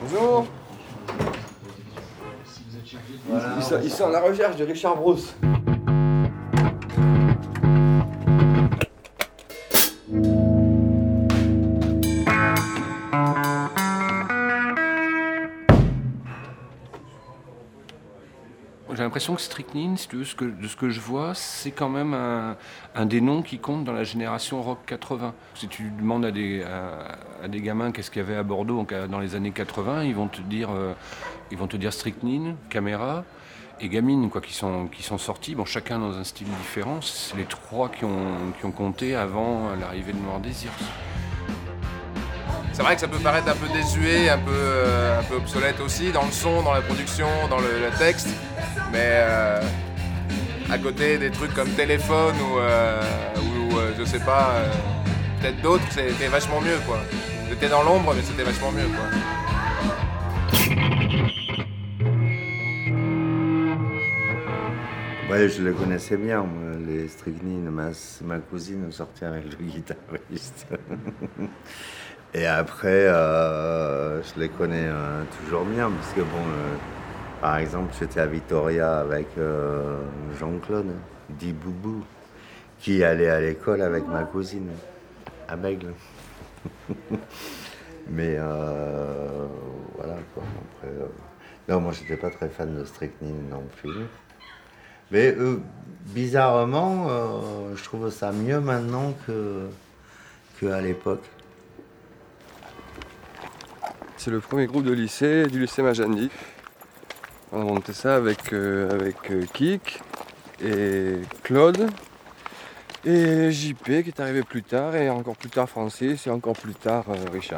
Bonjour. Voilà. Ils sont à la recherche de Richard Bruce. J'ai l'impression que Strychnine, si tu veux, de ce que je vois, c'est quand même un des noms qui compte dans la génération rock 80. Si tu demandes à des gamins qu'est-ce qu'il y avait à Bordeaux dans les années 80, ils vont te dire Strychnine, Caméra et Gamine, quoi, qui sont sortis. Bon, chacun dans un style différent. C'est les trois qui ont compté avant l'arrivée de Noir Désir. C'est vrai que ça peut paraître un peu désuet, un peu obsolète aussi, dans le son, dans la production, dans le texte. Mais à côté des trucs comme Téléphone ou je sais pas, peut-être d'autres, c'était vachement mieux, quoi. C'était dans l'ombre, mais c'était vachement mieux, quoi. Ouais, je les connaissais bien, moi, les Strychnine. Ma cousine sortait avec le guitariste. Et après, je les connais toujours bien, parce que bon, par exemple, j'étais à Vitoria avec Jean-Claude, dit Boubou, qui allait à l'école avec ma cousine, à Bègle. Mais voilà, quoi. Après, non, moi, j'étais pas très fan de Strychnine non plus. Mais bizarrement, je trouve ça mieux maintenant qu'à l'époque. C'est le premier groupe de lycée, du lycée Majandi. On a monté ça avec Kik et Claude et JP qui est arrivé plus tard, et encore plus tard Francis, et encore plus tard Richard.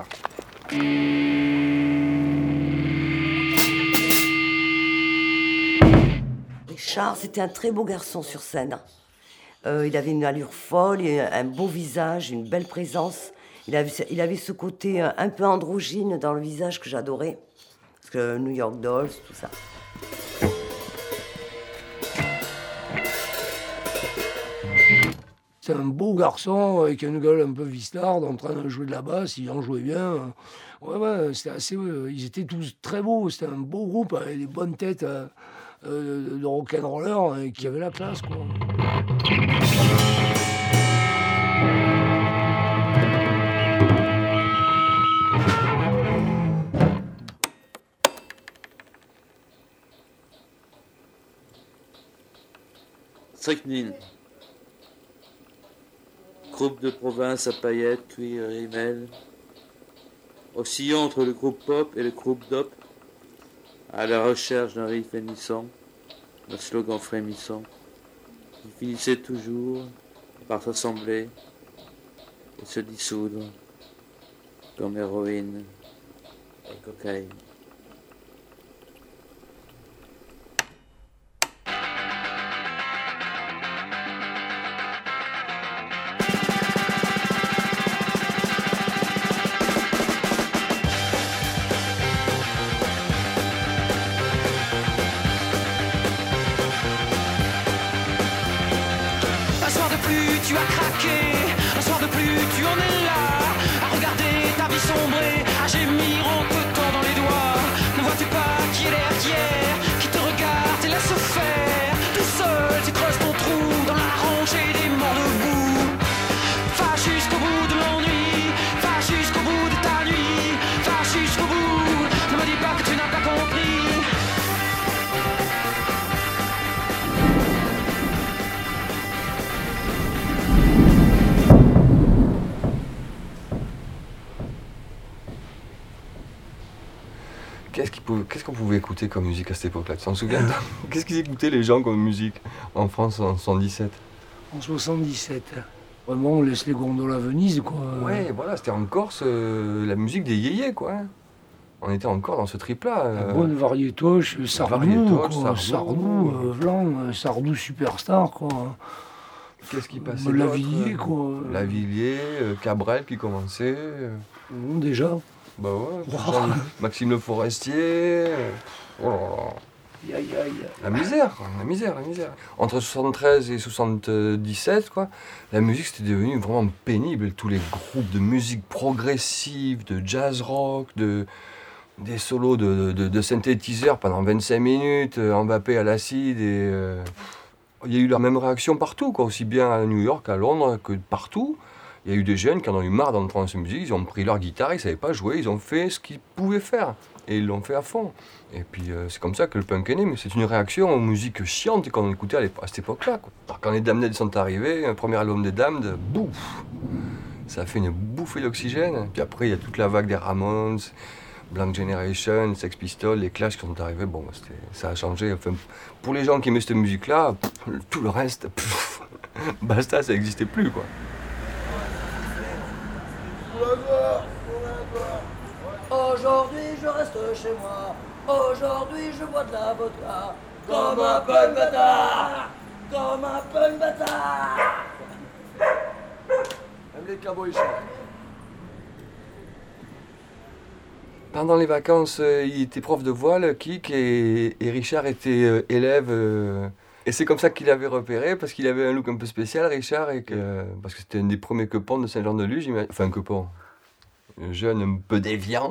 Richard, c'était un très beau garçon sur scène. Il avait une allure folle, un beau visage, une belle présence. Il avait ce côté un peu androgyne dans le visage que j'adorais. Parce que New York Dolls, tout ça. C'est un beau garçon avec une gueule un peu vistarde, en train de jouer de la basse, il en jouait bien. Ouais, c'était assez... ils étaient tous très beaux, c'était un beau groupe avec des bonnes têtes de rock'n'rollers qui avaient la classe, quoi. Strychnine. Groupe de province à paillettes, cuir et rimel, oscillant entre le groupe pop et le groupe dop, à la recherche d'un riff hennissant, d'un slogan frémissant, qui finissait toujours par s'assembler et se dissoudre comme héroïne et cocaïne. Tu as craqué, un soir de plus tu en es là, à regarder ta vie sombrer, à gémir en te tendant les doigts. Ne vois-tu pas qui est derrière, qui te regarde et laisse faire. Tout seul tu creuses ton trou dans la rangée des morts debout. Va jusqu'au bout de l'ennui, va jusqu'au bout de ta nuit, va jusqu'au bout. Ne me dis pas que tu n'as pas compris. Qu'est-ce qu'on pouvait écouter comme musique à cette époque-là? Tu t'en souviens? Qu'est-ce qu'ils écoutaient les gens comme musique en France en 77? En 77. Vraiment, on laisse les gondoles à Venise, quoi. Ouais, voilà, c'était en Corse, la musique des yéyés, quoi. On était encore dans ce trip-là. Bonne variétoche, Sardou, Sardou superstar, quoi. Qu'est-ce qui passait? Lavillier, quoi. Lavillier, Cabrel qui commençait. Déjà. Bah ouais, Maxime Le Forestier. Oh là là. La misère. Entre 73 et 77, quoi, la musique c'était devenu vraiment pénible. Tous les groupes de musique progressive, de jazz rock, des solos de synthétiseurs pendant 25 minutes, Mbappé à l'acide. Il y a eu la même réaction partout, quoi, aussi bien à New York, à Londres que partout. Il y a eu des jeunes qui en ont eu marre d'entendre cette musique, ils ont pris leur guitare, ils ne savaient pas jouer, ils ont fait ce qu'ils pouvaient faire. Et ils l'ont fait à fond. Et puis c'est comme ça que le punk est né, mais c'est une réaction aux musiques chiantes qu'on écoutait à cette époque-là, quoi. Alors quand les Damned sont arrivés, un premier album des Damned, bouf, ça a fait une bouffée d'oxygène. Puis après, il y a toute la vague des Ramones, Blank Generation, Sex Pistols, les Clash qui sont arrivés. Bon, ça a changé. Enfin, pour les gens qui aimaient cette musique-là, tout le reste, basta, ça n'existait plus, quoi. Aujourd'hui je reste chez moi, aujourd'hui je bois de la vodka, comme un punk bâtard, comme un punk bâtard. Même les cowboys chantent. Pendant les vacances, il était prof de voile, Kik, et Richard était élève. Et c'est comme ça qu'il avait repéré, parce qu'il avait un look un peu spécial, Richard, parce que c'était un des premiers quepons de Saint-Jean-de-Luz, enfin un quepon. Un jeune un peu déviant.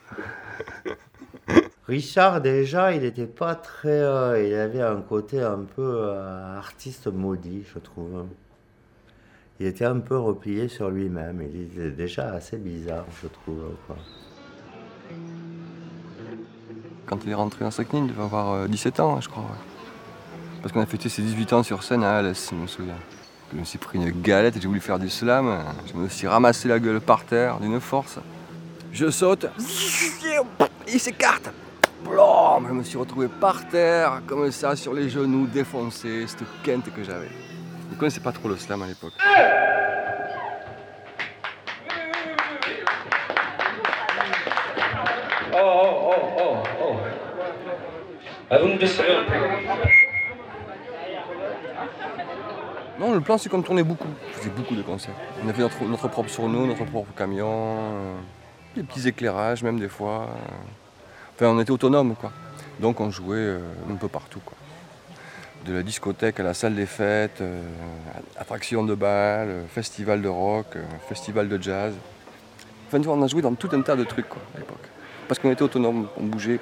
Richard, déjà, il n'était pas très... il avait un côté un peu artiste maudit, je trouve. Il était un peu replié sur lui-même. Il était déjà assez bizarre, je trouve, quoi. Quand il est rentré dans Strychnine, il devait avoir 17 ans, je crois. Ouais. Parce qu'on a fêté ses 18 ans sur scène à Alès, je me souviens. Je me suis pris une galette, j'ai voulu faire du slam. Je me suis ramassé la gueule par terre d'une force. Je saute, il s'écarte. Blom, je me suis retrouvé par terre, comme ça, sur les genoux, défoncé, cette quinte que j'avais. Je ne connaissais pas trop le slam à l'époque. Oh. Vous me desserrez un peu. Non, le plan, c'est qu'on tournait beaucoup. On faisait beaucoup de concerts. On avait notre propre sono, notre propre camion, des petits éclairages même des fois. Enfin, on était autonome, quoi. Donc on jouait un peu partout, quoi. De la discothèque à la salle des fêtes, attraction de bal, festival de rock, festival de jazz. Enfin, on a joué dans tout un tas de trucs, quoi, à l'époque. Parce qu'on était autonome, on bougeait.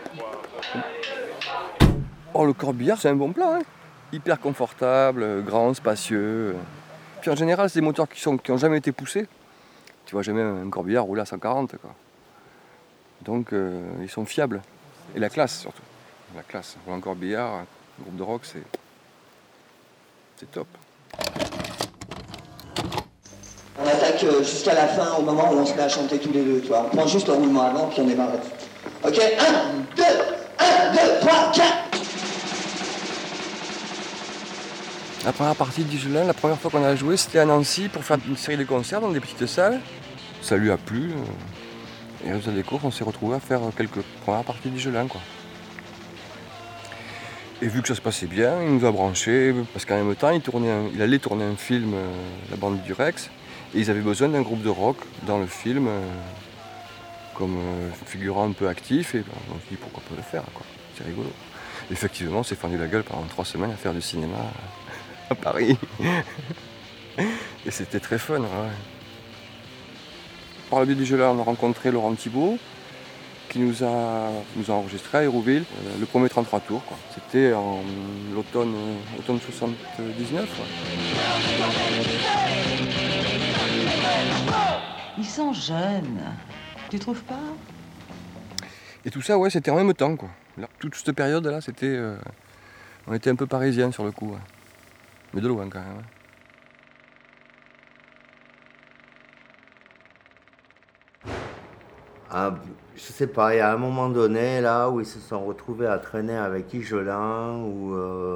Oh, le corbillard, c'est un bon plan, hein. Hyper confortable, grand, spacieux. Puis en général, c'est des moteurs qui n'ont jamais été poussés. Tu vois jamais un corbillard rouler à 140, quoi. Donc ils sont fiables. Et la classe surtout. La classe. Pour un corbillard, un groupe de rock, c'est top. On attaque jusqu'à la fin, au moment où on se met à chanter tous les deux, tu vois. On prend juste le roulement avant, puis on démarre. Ok, 1, 2, 3, 4. La première partie d'Igelin, la première fois qu'on a joué, c'était à Nancy pour faire une série de concerts dans des petites salles. Ça lui a plu. Et résultat des courses, on s'est retrouvés à faire quelques premières parties d'Igelin, quoi. Et vu que ça se passait bien, il nous a branchés, parce qu'en même temps, il allait tourner un film, La Bande du Rex, et ils avaient besoin d'un groupe de rock dans le film, comme figurant un peu actif, et on s'est dit pourquoi pas le faire, quoi. C'est rigolo. Effectivement, on s'est fendu la gueule pendant 3 semaines à faire du cinéma à Paris. Et c'était très fun, ouais. Par le biais du jeu là, on a rencontré Laurent Thibault, qui nous a enregistré à Hérouville, le premier 33 tours, quoi. C'était en l'automne 79. Ouais. Ils sont jeunes, tu trouves pas? Et tout ça, ouais, c'était en même temps, quoi. Là, toute cette période-là, c'était... on était un peu parisiens sur le coup, ouais. Mais de loin, quand même. Ouais. Ah, je sais pas, il y a un moment donné, là, où ils se sont retrouvés à traîner avec Igelin, où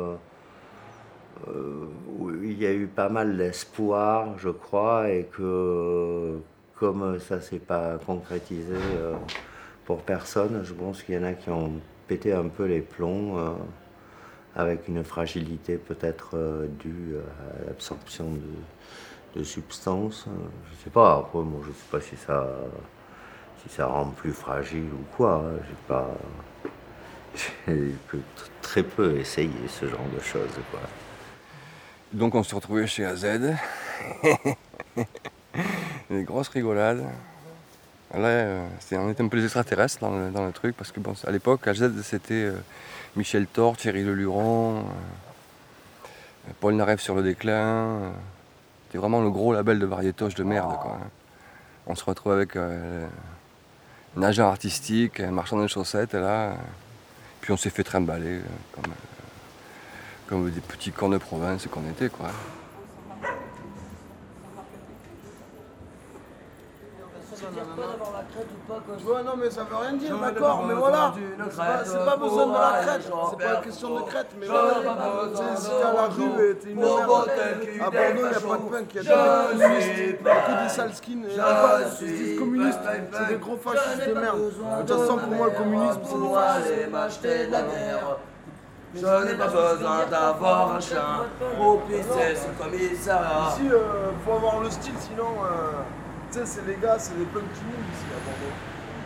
il y a eu pas mal d'espoir, je crois, et que comme ça s'est pas concrétisé pour personne, je pense qu'il y en a qui ont pété un peu les plombs, avec une fragilité peut-être due à l'absorption de substances. Je sais pas, après, moi, je sais pas si ça rend plus fragile ou quoi. J'ai très peu essayé ce genre de choses, quoi. Donc on s'est retrouvés chez AZ. Des grosses rigolades. Là, on était un peu les extraterrestres dans le truc, parce que bon, à l'époque, AZ, c'était Michel Thor, Thierry Leluron, Paul Naref sur le déclin. C'était vraiment le gros label de variétoche de merde, quoi. On se retrouve avec un agent artistique, un marchand de chaussettes, là. Puis on s'est fait trimballer, comme des petits cons de province qu'on était, quoi. Ouais, non, mais ça veut rien dire, d'accord, mais voilà. C'est pas besoin de la crête, c'est pas une question de crête, mais voilà. Si t'es à la rue et t'es une merde, à Bordeaux, il n'y a pas de punk, il y a des communistes, il n'y a que des sales skins. Ils se disent communistes, c'est des gros fascistes de merde. De toute façon, pour moi, le communisme, c'est des fascistes. M'acheter de la bière. Je n'ai pas besoin d'avoir un chien pour pisser ce commissariat. Ici, faut avoir le style, sinon, tu sais, c'est les gars, c'est les punks qui moulent ici à Bordeaux.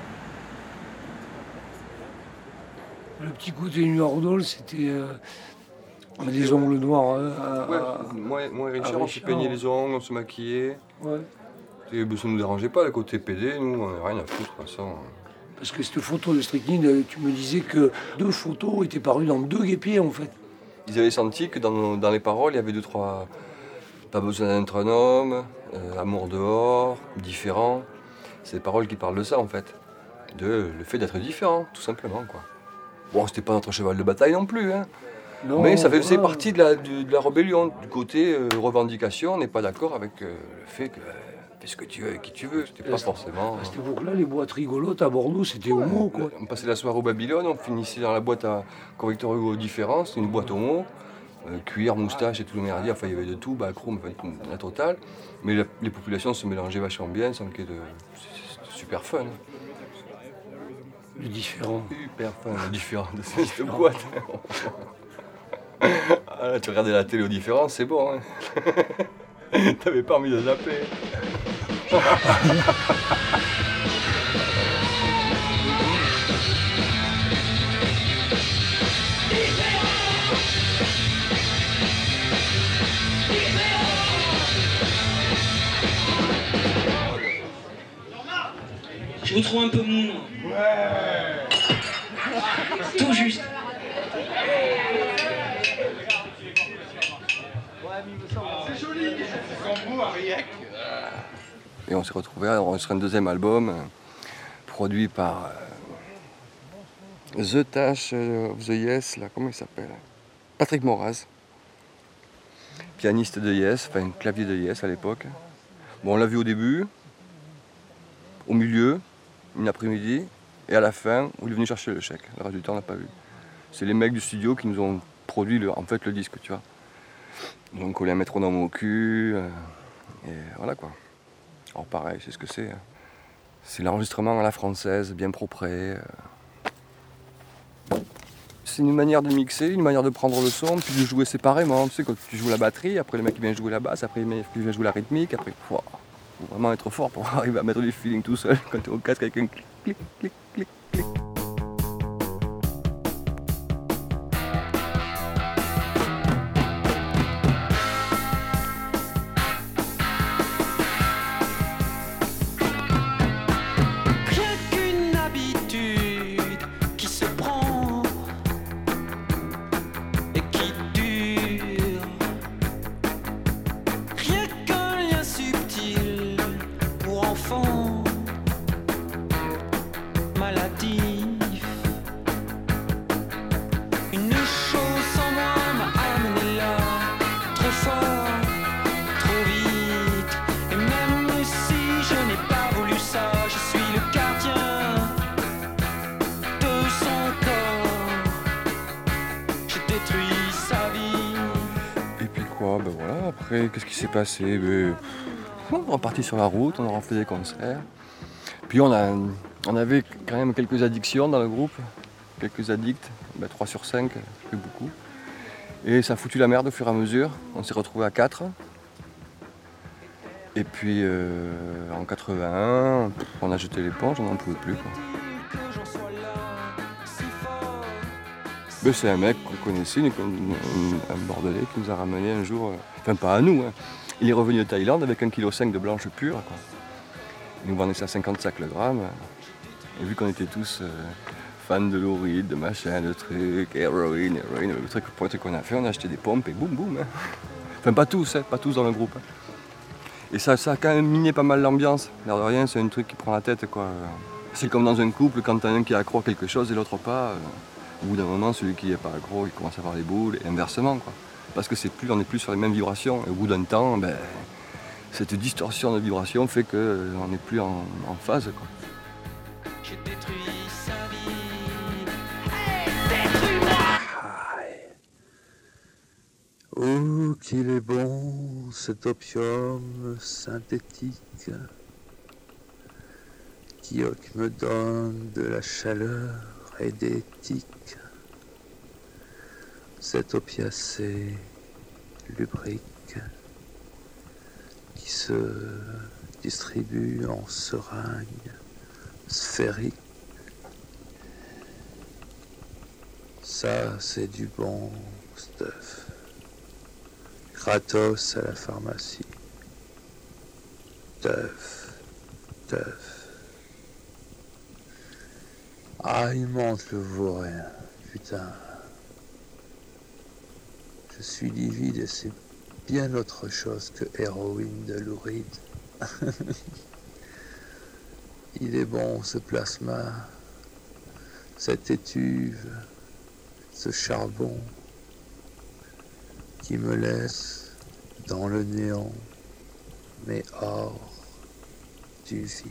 Le petit côté New York, c'était des ongles noirs. Moi et Richard, on se peignait les ongles, on se maquillait. Ouais. Et ça ne nous dérangeait pas, le côté PD, nous, on n'avait rien à foutre, de toute façon. Parce que cette photo de Strychnine, tu me disais que 2 photos étaient parues dans 2 guêpiers, en fait. Ils avaient senti que dans les paroles, il y avait 2-3... Pas besoin d'être un homme, amour dehors, différent. C'est des paroles qui parlent de ça, en fait. Le fait d'être différent, tout simplement, quoi. Bon, c'était pas notre cheval de bataille non plus, hein. Non, mais ça faisait partie de la rébellion, du côté revendication. On n'est pas d'accord avec le fait que fais ce que tu veux avec qui tu veux. C'était pas forcément. À cette époque-là, les boîtes rigolotes à Bordeaux, c'était homo, quoi. On passait la soirée au Babylone, on finissait dans la boîte à Victor Hugo différent, c'était une boîte homo. Cuir, moustache et tout le merdier, enfin il y avait de tout, backroom, enfin, la totale. Mais les populations se mélangeaient vachement bien, sans qu'il y ait de... C'était super fun. Le différent. Super fun, le différent de cette boîte. Ah, tu regardais la télé au différent, c'est bon. Hein. T'avais pas envie de zapper. Je vous trouve un peu mou. Ouais. Tout juste. C'est joli. C'est beau, Ariek. Et on s'est retrouvés à enregistrer un 2e album produit par The Tash of the Yes, là, comment il s'appelle? Patrick Moraz, pianiste de Yes, enfin clavier de Yes à l'époque. Bon, on l'a vu au début, au milieu, une après-midi, et à la fin, où il est venu chercher le chèque. Le reste du temps, on l'a pas vu. C'est les mecs du studio qui nous ont produit le disque, tu vois. Donc, on collé un métronome au cul, et voilà quoi. Alors pareil, c'est ce que c'est. C'est l'enregistrement à la française, bien propré. C'est une manière de mixer, une manière de prendre le son, puis de jouer séparément. Tu sais, quand tu joues la batterie, après le mec vient jouer la basse, après le mec vient jouer la rythmique, après... Faut vraiment être fort pour arriver à mettre du feeling tout seul quand tu es au casque avec un clic, clic, clic, clic, clic. Ben voilà, après, qu'est-ce qui s'est passé? On est reparti sur la route, on a refait des concerts. Puis on avait quand même quelques addictions dans le groupe, quelques addicts, 3 sur 5, ça fait beaucoup. Et ça a foutu la merde au fur et à mesure, on s'est retrouvés à 4. Et puis en 81, on a jeté l'éponge, on n'en pouvait plus, quoi. C'est un mec qu'on connaissait, un Bordelais qui nous a ramené un jour, enfin pas à nous, hein. Il est revenu de Thaïlande avec 1,5 kg de blanche pure, quoi. Ils nous vendaient ça à 50 sacs le gramme. Et vu qu'on était tous fans de Lou Reed, de machin, de trucs, héroïne, le truc qu'on a fait, on a acheté des pompes et boum boum. Hein. Enfin pas tous dans le groupe. Hein. Et ça a quand même miné pas mal l'ambiance. L'air de rien, c'est un truc qui prend la tête, quoi. C'est comme dans un couple, quand t'as un qui est accro à quelque chose et l'autre pas, au bout d'un moment, celui qui n'est pas accro, il commence à avoir les boules, et inversement, quoi. Parce que on n'est plus sur les mêmes vibrations. Et au bout d'un temps, cette distorsion de vibration fait qu'on n'est plus en phase, quoi. J'ai détruit sa vie. Hey, détruis-moi! Oh, qu'il est bon cet opium synthétique qui me donne de la chaleur et des tics. Cet opiacé lubrique qui se distribue en seringue sphérique. Ça, c'est du bon stuff. Gratos à la pharmacie. Teuf. Ah, il monte le vaurien. Putain. Je suis livide et c'est bien autre chose que héroïne de Lou Reed. Il est bon ce plasma, cette étuve, ce charbon qui me laisse dans le néant, mais hors du vide.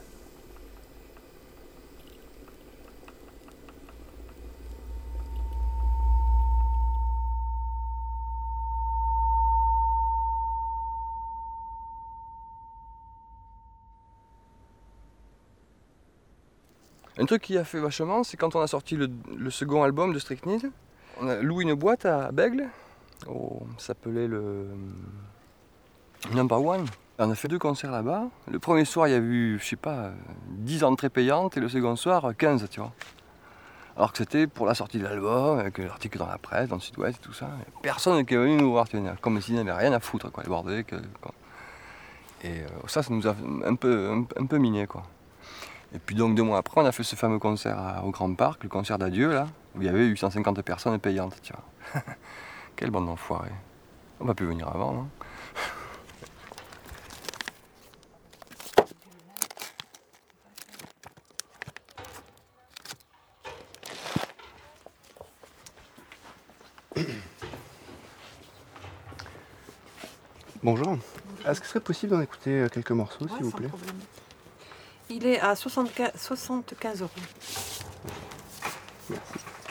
Un truc qui a fait vachement, c'est quand on a sorti le second album de Strychnine, on a loué une boîte à Bègle, ça s'appelait le Number One. On a fait 2 concerts là-bas. Le premier soir, il y a eu, je sais pas, 10 entrées payantes et le second soir, 15, tu vois. Alors que c'était pour la sortie de l'album, avec l'article dans la presse, dans le Sud-Ouest et tout ça. Et personne qui est venu nous voir, comme s'il n'y avait rien à foutre, quoi, les bordels. Et ça nous a un peu miné, quoi. Et puis donc 2 mois après, on a fait ce fameux concert au Grand Parc, le concert d'adieu, là, où il y avait 850 personnes payantes, tu vois. Quelle bande d'enfoirés. On va plus venir avant, non? Bonjour. Est-ce que ce serait possible d'en écouter quelques morceaux, s'il vous plaît? Problème. Il est à 75 €. Merci.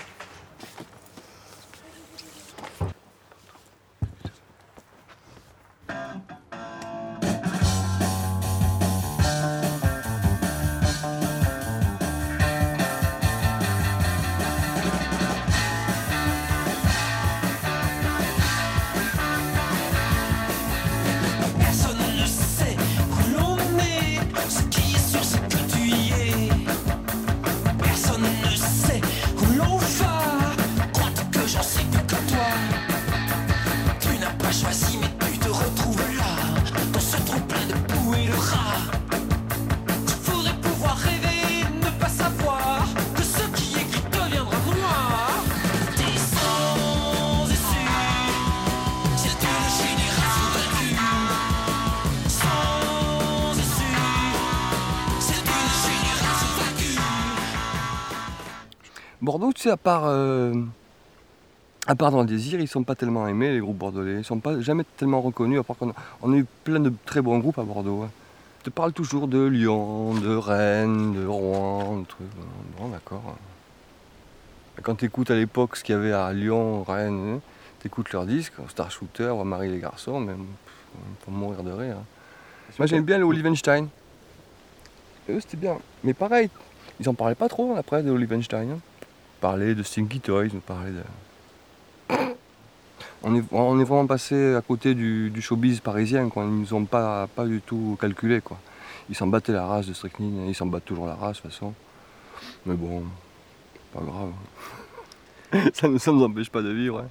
Bordeaux, tu sais, à part dans le désir, ils sont pas tellement aimés, les groupes bordelais. Ils sont pas jamais tellement reconnus, à part qu'on a eu plein de très bons groupes à Bordeaux. Hein. Je te parle toujours de Lyon, de Rennes, de Rouen, de trucs. Bon, d'accord. Quand tu écoutes à l'époque ce qu'il y avait à Lyon, Rennes, hein, tu écoutes leurs disques, Star Shooter, ou Marie les garçons, même pour mourir de rire. Hein. Moi j'aime bien le Olivenstein. Eux c'était bien. Mais pareil, ils en parlaient pas trop après de Olivenstein. Hein. Ils parlaient de Stinky Toys, ils parlaient de... On est vraiment passé à côté du showbiz parisien, quoi. Ils nous ont pas du tout calculé, quoi. Ils s'en battaient la race de Strychnine, ils s'en battent toujours la race de toute façon. Mais bon, pas grave. Ça ne nous empêche pas de vivre. Hein.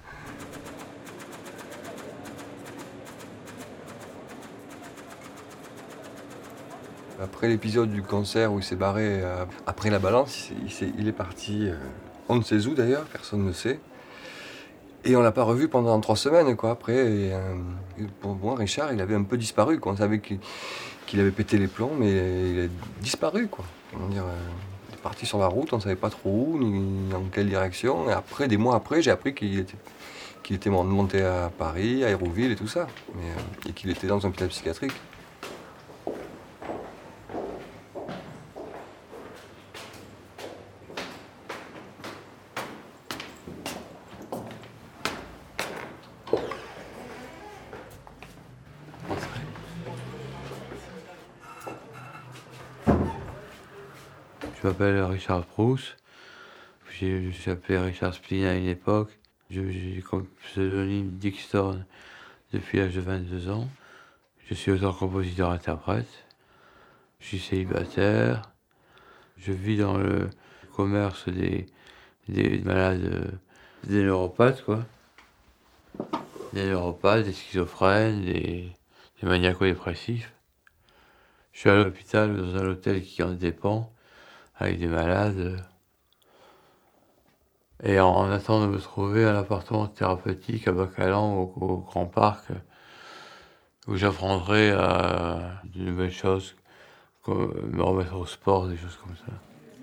Après l'épisode du concert où il s'est barré après la balance, il est parti, on ne sait où d'ailleurs, personne ne sait. Et on l'a pas revu pendant 3 semaines, quoi. Après, pour moi, Richard, il avait un peu disparu, quoi. On savait qu'il avait pété les plombs, mais il a disparu, quoi. Comment dire, il est parti sur la route, on ne savait pas trop où, ni en quelle direction. Et après, des mois après, j'ai appris qu'il était monté à Paris, à Hérouville et tout ça, et qu'il était dans un hôpital psychiatrique. Je m'appelle Richard Proust. Je suis appelé Richard Spleen à une époque. J'ai comme pseudonyme Dixon depuis l'âge de 22 ans. Je suis auteur-compositeur-interprète. Je suis célibataire. Je vis dans le commerce des malades, des neuropathes, quoi. Des neuropathes, des schizophrènes, des maniaco-dépressifs. Je suis à l'hôpital, dans un hôtel qui en dépend, avec des malades. Et en attendant de me trouver un appartement thérapeutique à Bacalan, au Grand Parc, où j'apprendrai de nouvelles choses, comme me remettre au sport, des choses comme ça.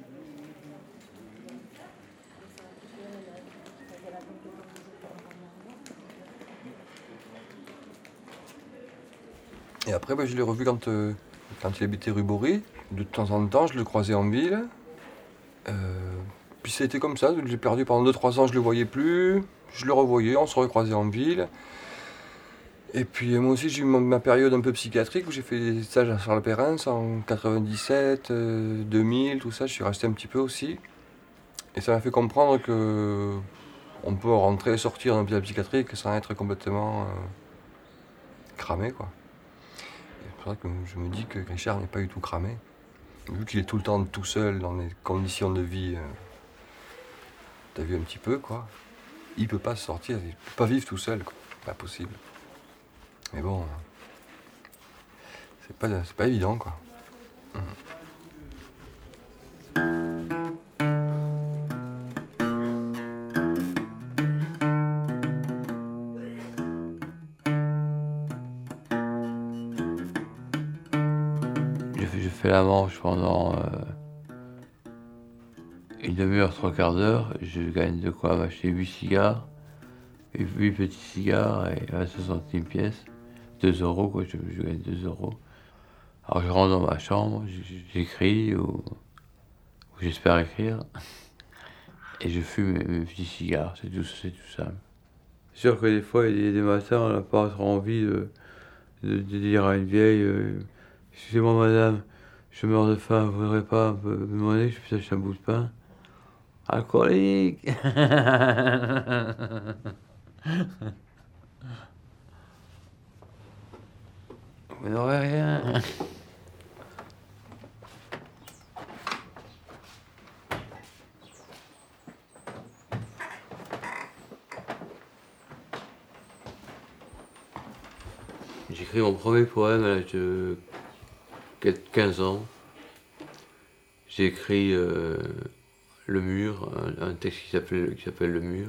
Et après, je l'ai revu quand il habitait rue Bory. De temps en temps, je le croisais en ville. Puis c'était comme ça, j'ai perdu pendant 2-3 ans, je le voyais plus. Je le revoyais, on se recroisait en ville. Et puis moi aussi, j'ai eu ma période un peu psychiatrique où j'ai fait des stages à Charles-Perrens en 97, 2000, tout ça. Je suis resté un petit peu aussi. Et ça m'a fait comprendre que on peut rentrer et sortir d'un hôpital psychiatrique sans être complètement cramé, quoi. C'est pour ça que je me dis que Richard n'est pas du tout cramé. Vu qu'il est tout le temps tout seul dans des conditions de vie, t'as vu un petit peu, quoi. Il peut pas sortir, il peut pas vivre tout seul, quoi. Pas possible. Mais bon, c'est pas évident, quoi. Je fais la manche pendant une demi-heure, 3/4 d'heure. Je gagne de quoi m'acheter 8 cigares, 8 petits cigares et à 60 centimes pièce. 2 €, quoi, je gagne 2 €. Alors je rentre dans ma chambre, j'écris ou j'espère écrire. Et je fume mes petits cigares, c'est tout simple. C'est sûr que des fois, il y a des matins, on n'a pas trop envie de dire à une vieille excusez-moi madame, je meurs de faim, vous ne voudrez pas un peu me demander que je puisse acheter un bout de pain? Alcoolique. Vous n'aurez rien. J'ai écrit mon premier poème à l'âge de 15 ans. J'ai écrit Le Mur, un texte qui s'appelle Le Mur.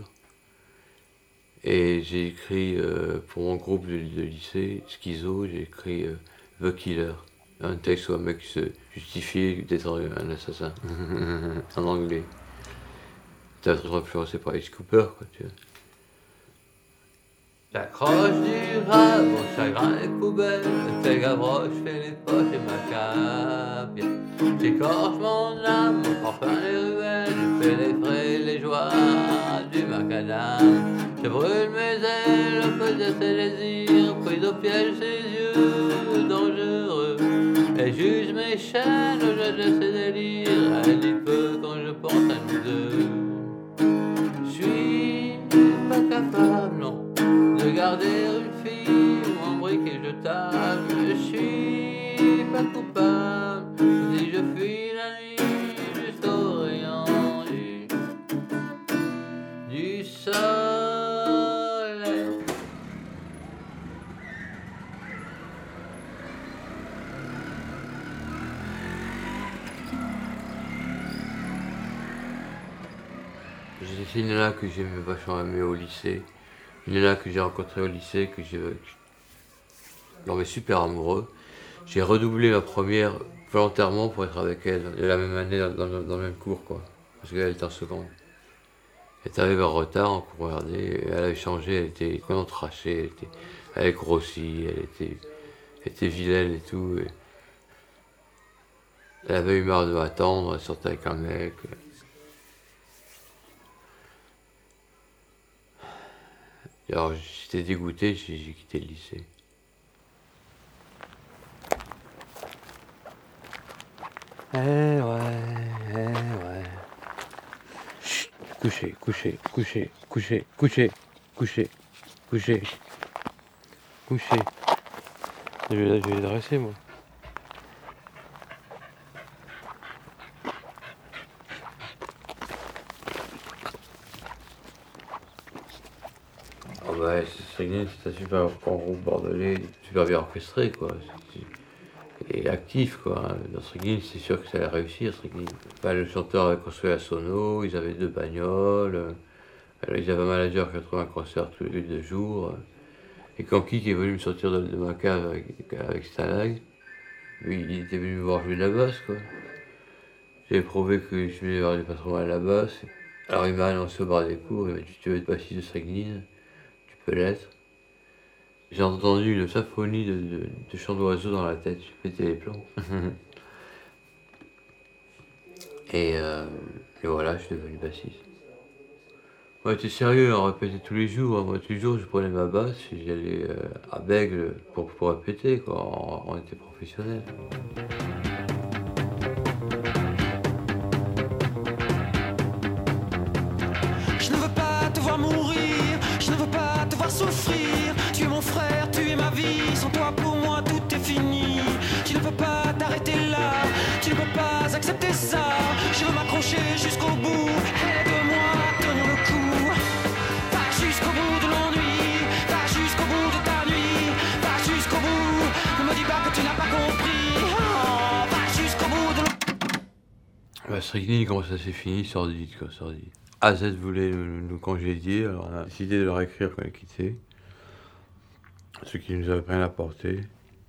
Et j'ai écrit pour mon groupe de lycée, Schizo, j'ai écrit The Killer. Un texte où un mec se justifiait d'être un assassin, en anglais. T'as trop influencé par Alice Cooper, quoi, tu vois. J'accroche du grave, mon chagrin et poubelle. Fais gavroche, fais les poches et ma cape. J'écorche mon âme, mon parfum les ruelles. Je fais les frais, les joies du macadam. Je brûle mes ailes, peut-être ses désirs. Prise au piège, ses yeux dangereux. Et juge mes chaînes, je laisse ses délires. Elle dit peu quand je pense à nous deux. Je suis pas capable, non, de garder une fille ou un brick et jetable. Je suis pas coupable si je fuis la nuit jusqu'au rayon du soleil. c'est une nana que j'ai vachement aimée au lycée. Une nana que j'ai rencontrée au lycée, que j'ai tombé super amoureux. J'ai redoublé ma première volontairement pour être avec elle, la même année dans le même cours, quoi. Parce qu'elle était en seconde. Elle était arrivée en retard en cours RD, et elle avait changé, elle était complètement trachée, elle avait grossi, elle était vilaine et tout. Et elle avait eu marre de m'attendre, elle sortait avec un mec. Et alors j'étais dégoûté, j'ai quitté le lycée. Ouais. Chut, coucher. Je vais les dresser, moi. Ah bah, Strychnine, c'est un super grand groupe bordelais, super bien orchestré, quoi. Et actif, quoi. Dans Strychnine, c'est sûr que ça allait réussir, Strychnine. Bah, le chanteur avait construit la sono, ils avaient 2 bagnoles, ils avaient un manager qui a trouvé un concert tous les 2 jours. Et quand Kik est venu me sortir de ma cave avec Stalag, lui, il était venu me voir jouer de la basse, quoi. J'ai prouvé que je venais voir des patrons à la basse. Alors il m'a annoncé au bar des cours, il m'a dit: tu veux être bassiste de Strychnine, tu peux l'être. J'ai entendu une symphonie de chants d'oiseaux dans la tête, j'ai pété les plombs. et voilà, je suis devenu bassiste. Moi, j'étais sérieux, on répétait tous les jours. Moi, tous les jours, je prenais ma basse et j'allais à Bègle pour répéter, quoi. On était professionnels. Je ne veux pas te voir mourir, je ne veux pas te voir souffrir. Tu es mon frère, tu es ma vie, sans toi pour moi tout est fini. Tu ne peux pas t'arrêter là, tu ne peux pas accepter ça. Je veux m'accrocher jusqu'au bout, aide-moi, tenir le coup. Va jusqu'au bout de l'ennui, va jusqu'au bout de ta nuit, va jusqu'au bout. Ne me dis pas que tu n'as pas compris, oh, va jusqu'au bout de Bah, Strychnine, comment ça s'est fini? Sordide, quoi, sordide. AZ voulait nous congédier, alors on a décidé de leur écrire qu'on les quittait. Ce qui nous avait rien apporté.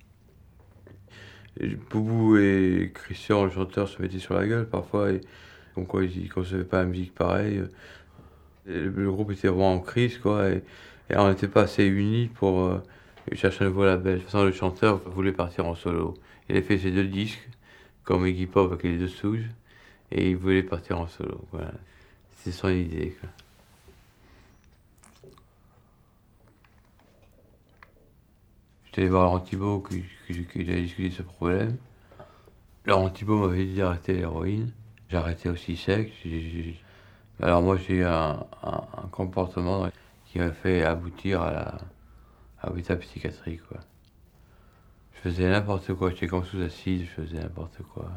Et Boubou et Christian, le chanteur, se mettaient sur la gueule parfois, et comme quoi ils ne concevaient pas la musique pareille. Le groupe était vraiment en crise, quoi, et on n'était pas assez unis pour chercher un nouveau label. De toute façon, le chanteur voulait partir en solo. Il a fait ses 2 disques, comme Iggy Pop avec les 2 Stooges, et il voulait partir en solo, voilà. C'est son idée, quoi. J'étais allé voir Laurent Thibault, qui avait discuté de ce problème. Laurent Thibault m'avait dit d'arrêter l'héroïne. J'ai arrêté aussi sec. Alors moi, j'ai eu un comportement qui m'a fait aboutir à l'hôpital psychiatrique, quoi. Je faisais n'importe quoi, j'étais comme sous acide, je faisais n'importe quoi.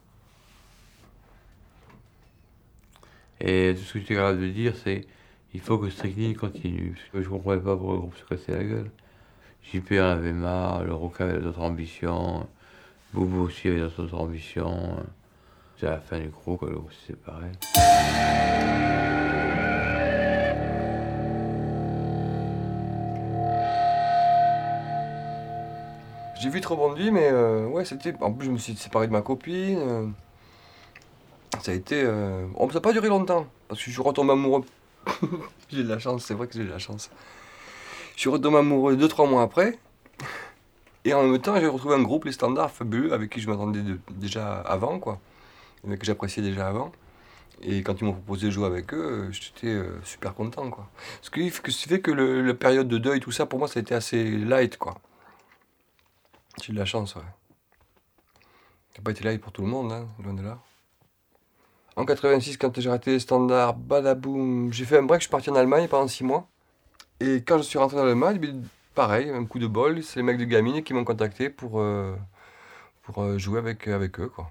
Et tout ce que j'étais capable de dire, c'est il faut que Strychnine continue. Parce que je ne comprenais pas pourquoi le groupe se cassait la gueule. JP en avait marre, le Roca avait d'autres ambitions, Boubou aussi avait d'autres ambitions. C'est à la fin du groupe que le groupe s'est séparé. J'ai vite rebondi, mais ouais, c'était. En plus, je me suis séparé de ma copine. Ça a été. Ça n'a pas duré longtemps, parce que je suis retombé amoureux. J'ai de la chance, c'est vrai que j'ai de la chance. Je suis retombé amoureux 2-3 mois après. Et en même temps, j'ai retrouvé un groupe, les Standards, fabuleux, avec qui je m'attendais déjà avant, quoi. Que j'appréciais déjà avant. Et quand ils m'ont proposé de jouer avec eux, j'étais super content, quoi. Ce qui fait que la période de deuil, tout ça, pour moi, ça a été assez light, quoi. J'ai de la chance, ouais. Ça n'a pas été light pour tout le monde, hein, loin de là. En 86, quand j'ai raté les Standards, badaboum, j'ai fait un break, je suis parti en Allemagne pendant 6 mois. Et quand je suis rentré dans l'Allemagne, pareil, un coup de bol, c'est les mecs de Gamine qui m'ont contacté pour jouer avec eux, quoi.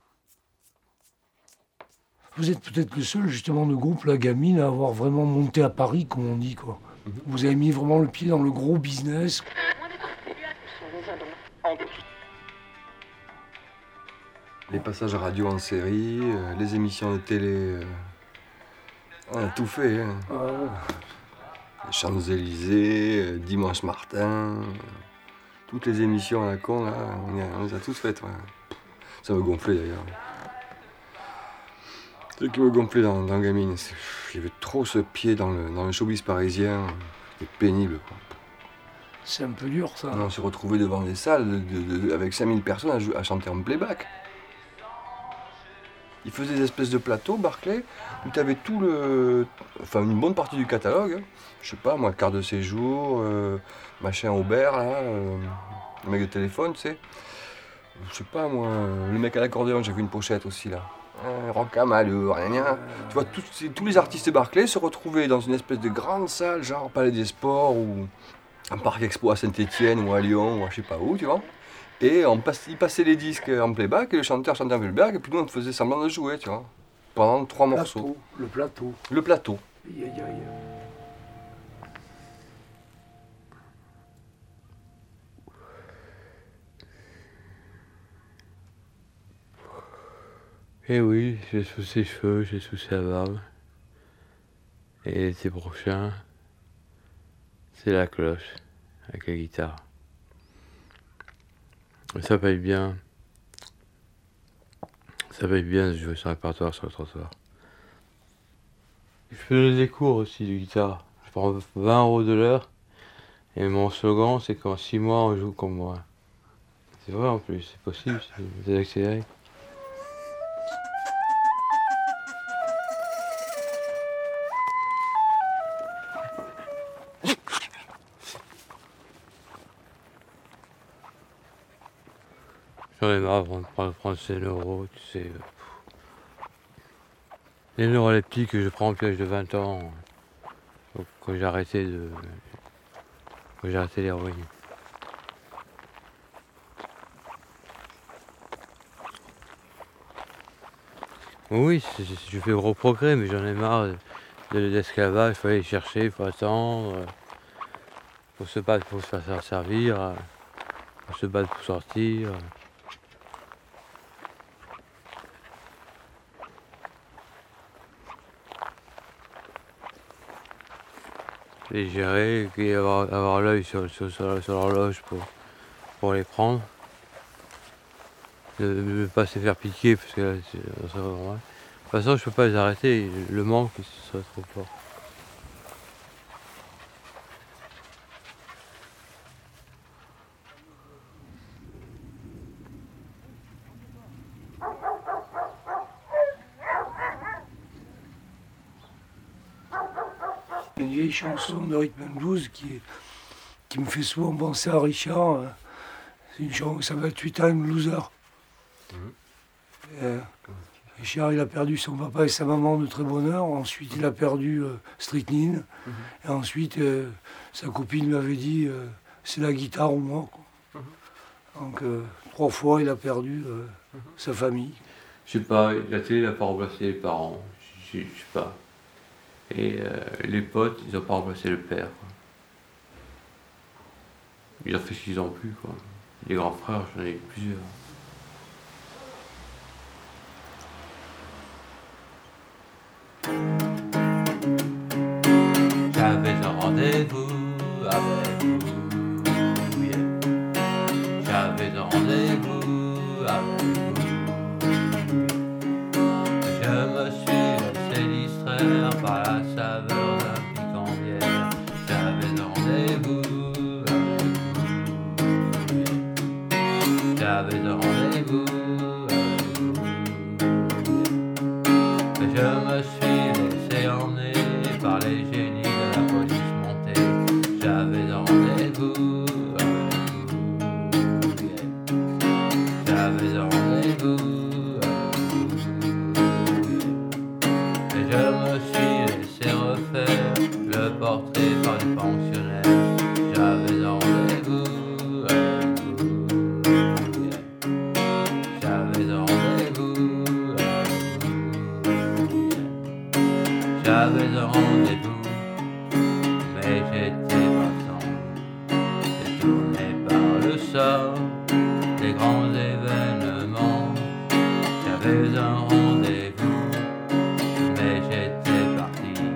Vous êtes peut-être le seul, justement, de groupe, la Gamine, à avoir vraiment monté à Paris, comme on dit, quoi. Vous avez mis vraiment le pied dans le gros business. Les passages radio en série, les émissions de télé On a tout fait. Hein. Ah ouais. Les Champs-Élysées, Dimanche Martin, toutes les émissions à la con, là, on les a toutes faites. Ouais. Ça me gonflait d'ailleurs. Ce qui me gonflait dans Gamine, c'est qu'il y avait trop ce pied dans le showbiz parisien. C'était pénible. Quoi. C'est un peu dur ça. On s'est retrouvés devant des salles avec 5000 personnes à chanter en playback. Ils faisaient des espèces de plateaux, Barclay, où tu avais une bonne partie du catalogue. Je sais pas, moi, carte de séjour, machin Aubert, là, le mec de téléphone, tu sais. Je sais pas, moi, le mec à l'accordéon, j'ai vu une pochette aussi, là. Rocamadour, rien. Tu vois, tous les artistes Barclay se retrouvaient dans une espèce de grande salle, genre Palais des Sports, ou un parc expo à Saint-Étienne, ou à Lyon, ou à je sais pas où, tu vois. Et ils passaient les disques en playback et le chanteur chantait en playback et puis nous on faisait semblant de jouer, tu vois, pendant 3 morceaux. Le plateau. Le plateau. Aïe, aïe, aïe. Eh oui, j'ai sous ses cheveux, j'ai sous sa barbe. Et l'été prochain, c'est la cloche avec la guitare. Ça paye bien. Ça paye bien de jouer sur le répertoire sur le trottoir. Je fais des cours aussi de guitare. Je prends 20 € de l'heure. Et mon slogan, c'est qu'en 6 mois, on joue comme moi. C'est vrai en plus, c'est possible, c'est accéléré. J'en ai marre de prendre ces neuros, tu sais. Les neuroleptiques que je prends depuis l'âge de 20 ans, quand j'ai arrêté l'héroïne. Oui, je fais gros progrès, mais j'en ai marre de l'esclavage, il faut aller chercher, il faut attendre, il faut se battre pour se faire servir, il faut se battre pour sortir. Les gérer et avoir l'œil sur l'horloge pour les prendre. Ne pas se faire piquer parce que là, ça serait normal. De toute façon, je peux pas les arrêter, le manque, ce serait trop fort. Une vieille chanson de Rhythm and Blues qui me fait souvent penser à Richard. C'est une chanson qui s'appelle Three Time Loser. Richard, il a perdu son papa et sa maman de très bonne heure. Ensuite, il a perdu Strychnine. Et ensuite, sa copine lui avait dit c'est la guitare ou moi. Quoi. Donc, 3 fois, il a perdu sa famille. Je sais pas, la télé n'a pas remplacé les parents. Je sais pas. Et les potes, ils n'ont pas remplacé le père. Quoi. Ils ont fait ce qu'ils ont pu. Quoi. Les grands frères, j'en ai eu plusieurs. J'avais un rendez-vous avec vous. Yeah. J'avais un rendez-vous avec vous. Je me suis laissé distraire par la saveur d'un piquant bière. J'avais un rendez-vous avec vous. Yeah. J'avais un rendez-vous avec vous. Yeah. Je me suis laissé emmener par les génies de la police montée. J'avais un rendez-vous avec vous. Yeah. J'avais un rendez-vous avec vous. Et je me suis laissé refaire le portrait par les pensionnaires. J'avais un rendez-vous avec vous. Yeah. J'avais un rendez-vous avec vous. Yeah. J'avais un rendez-vous, mais j'étais passant, détourné par le sort des grands événements. J'avais un rendez-vous, mais j'étais parti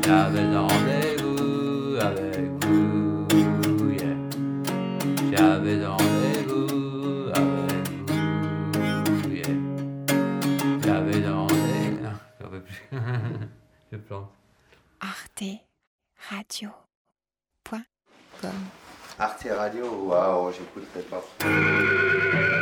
J'avais un rendez-vous avec vous, yeah. J'avais un rendez-vous avec vous, yeah. J'avais un rendez-vous... Non, j'en peux plus. Je plante. arteradio.com Arte Radio, waouh, j'écouterai pas.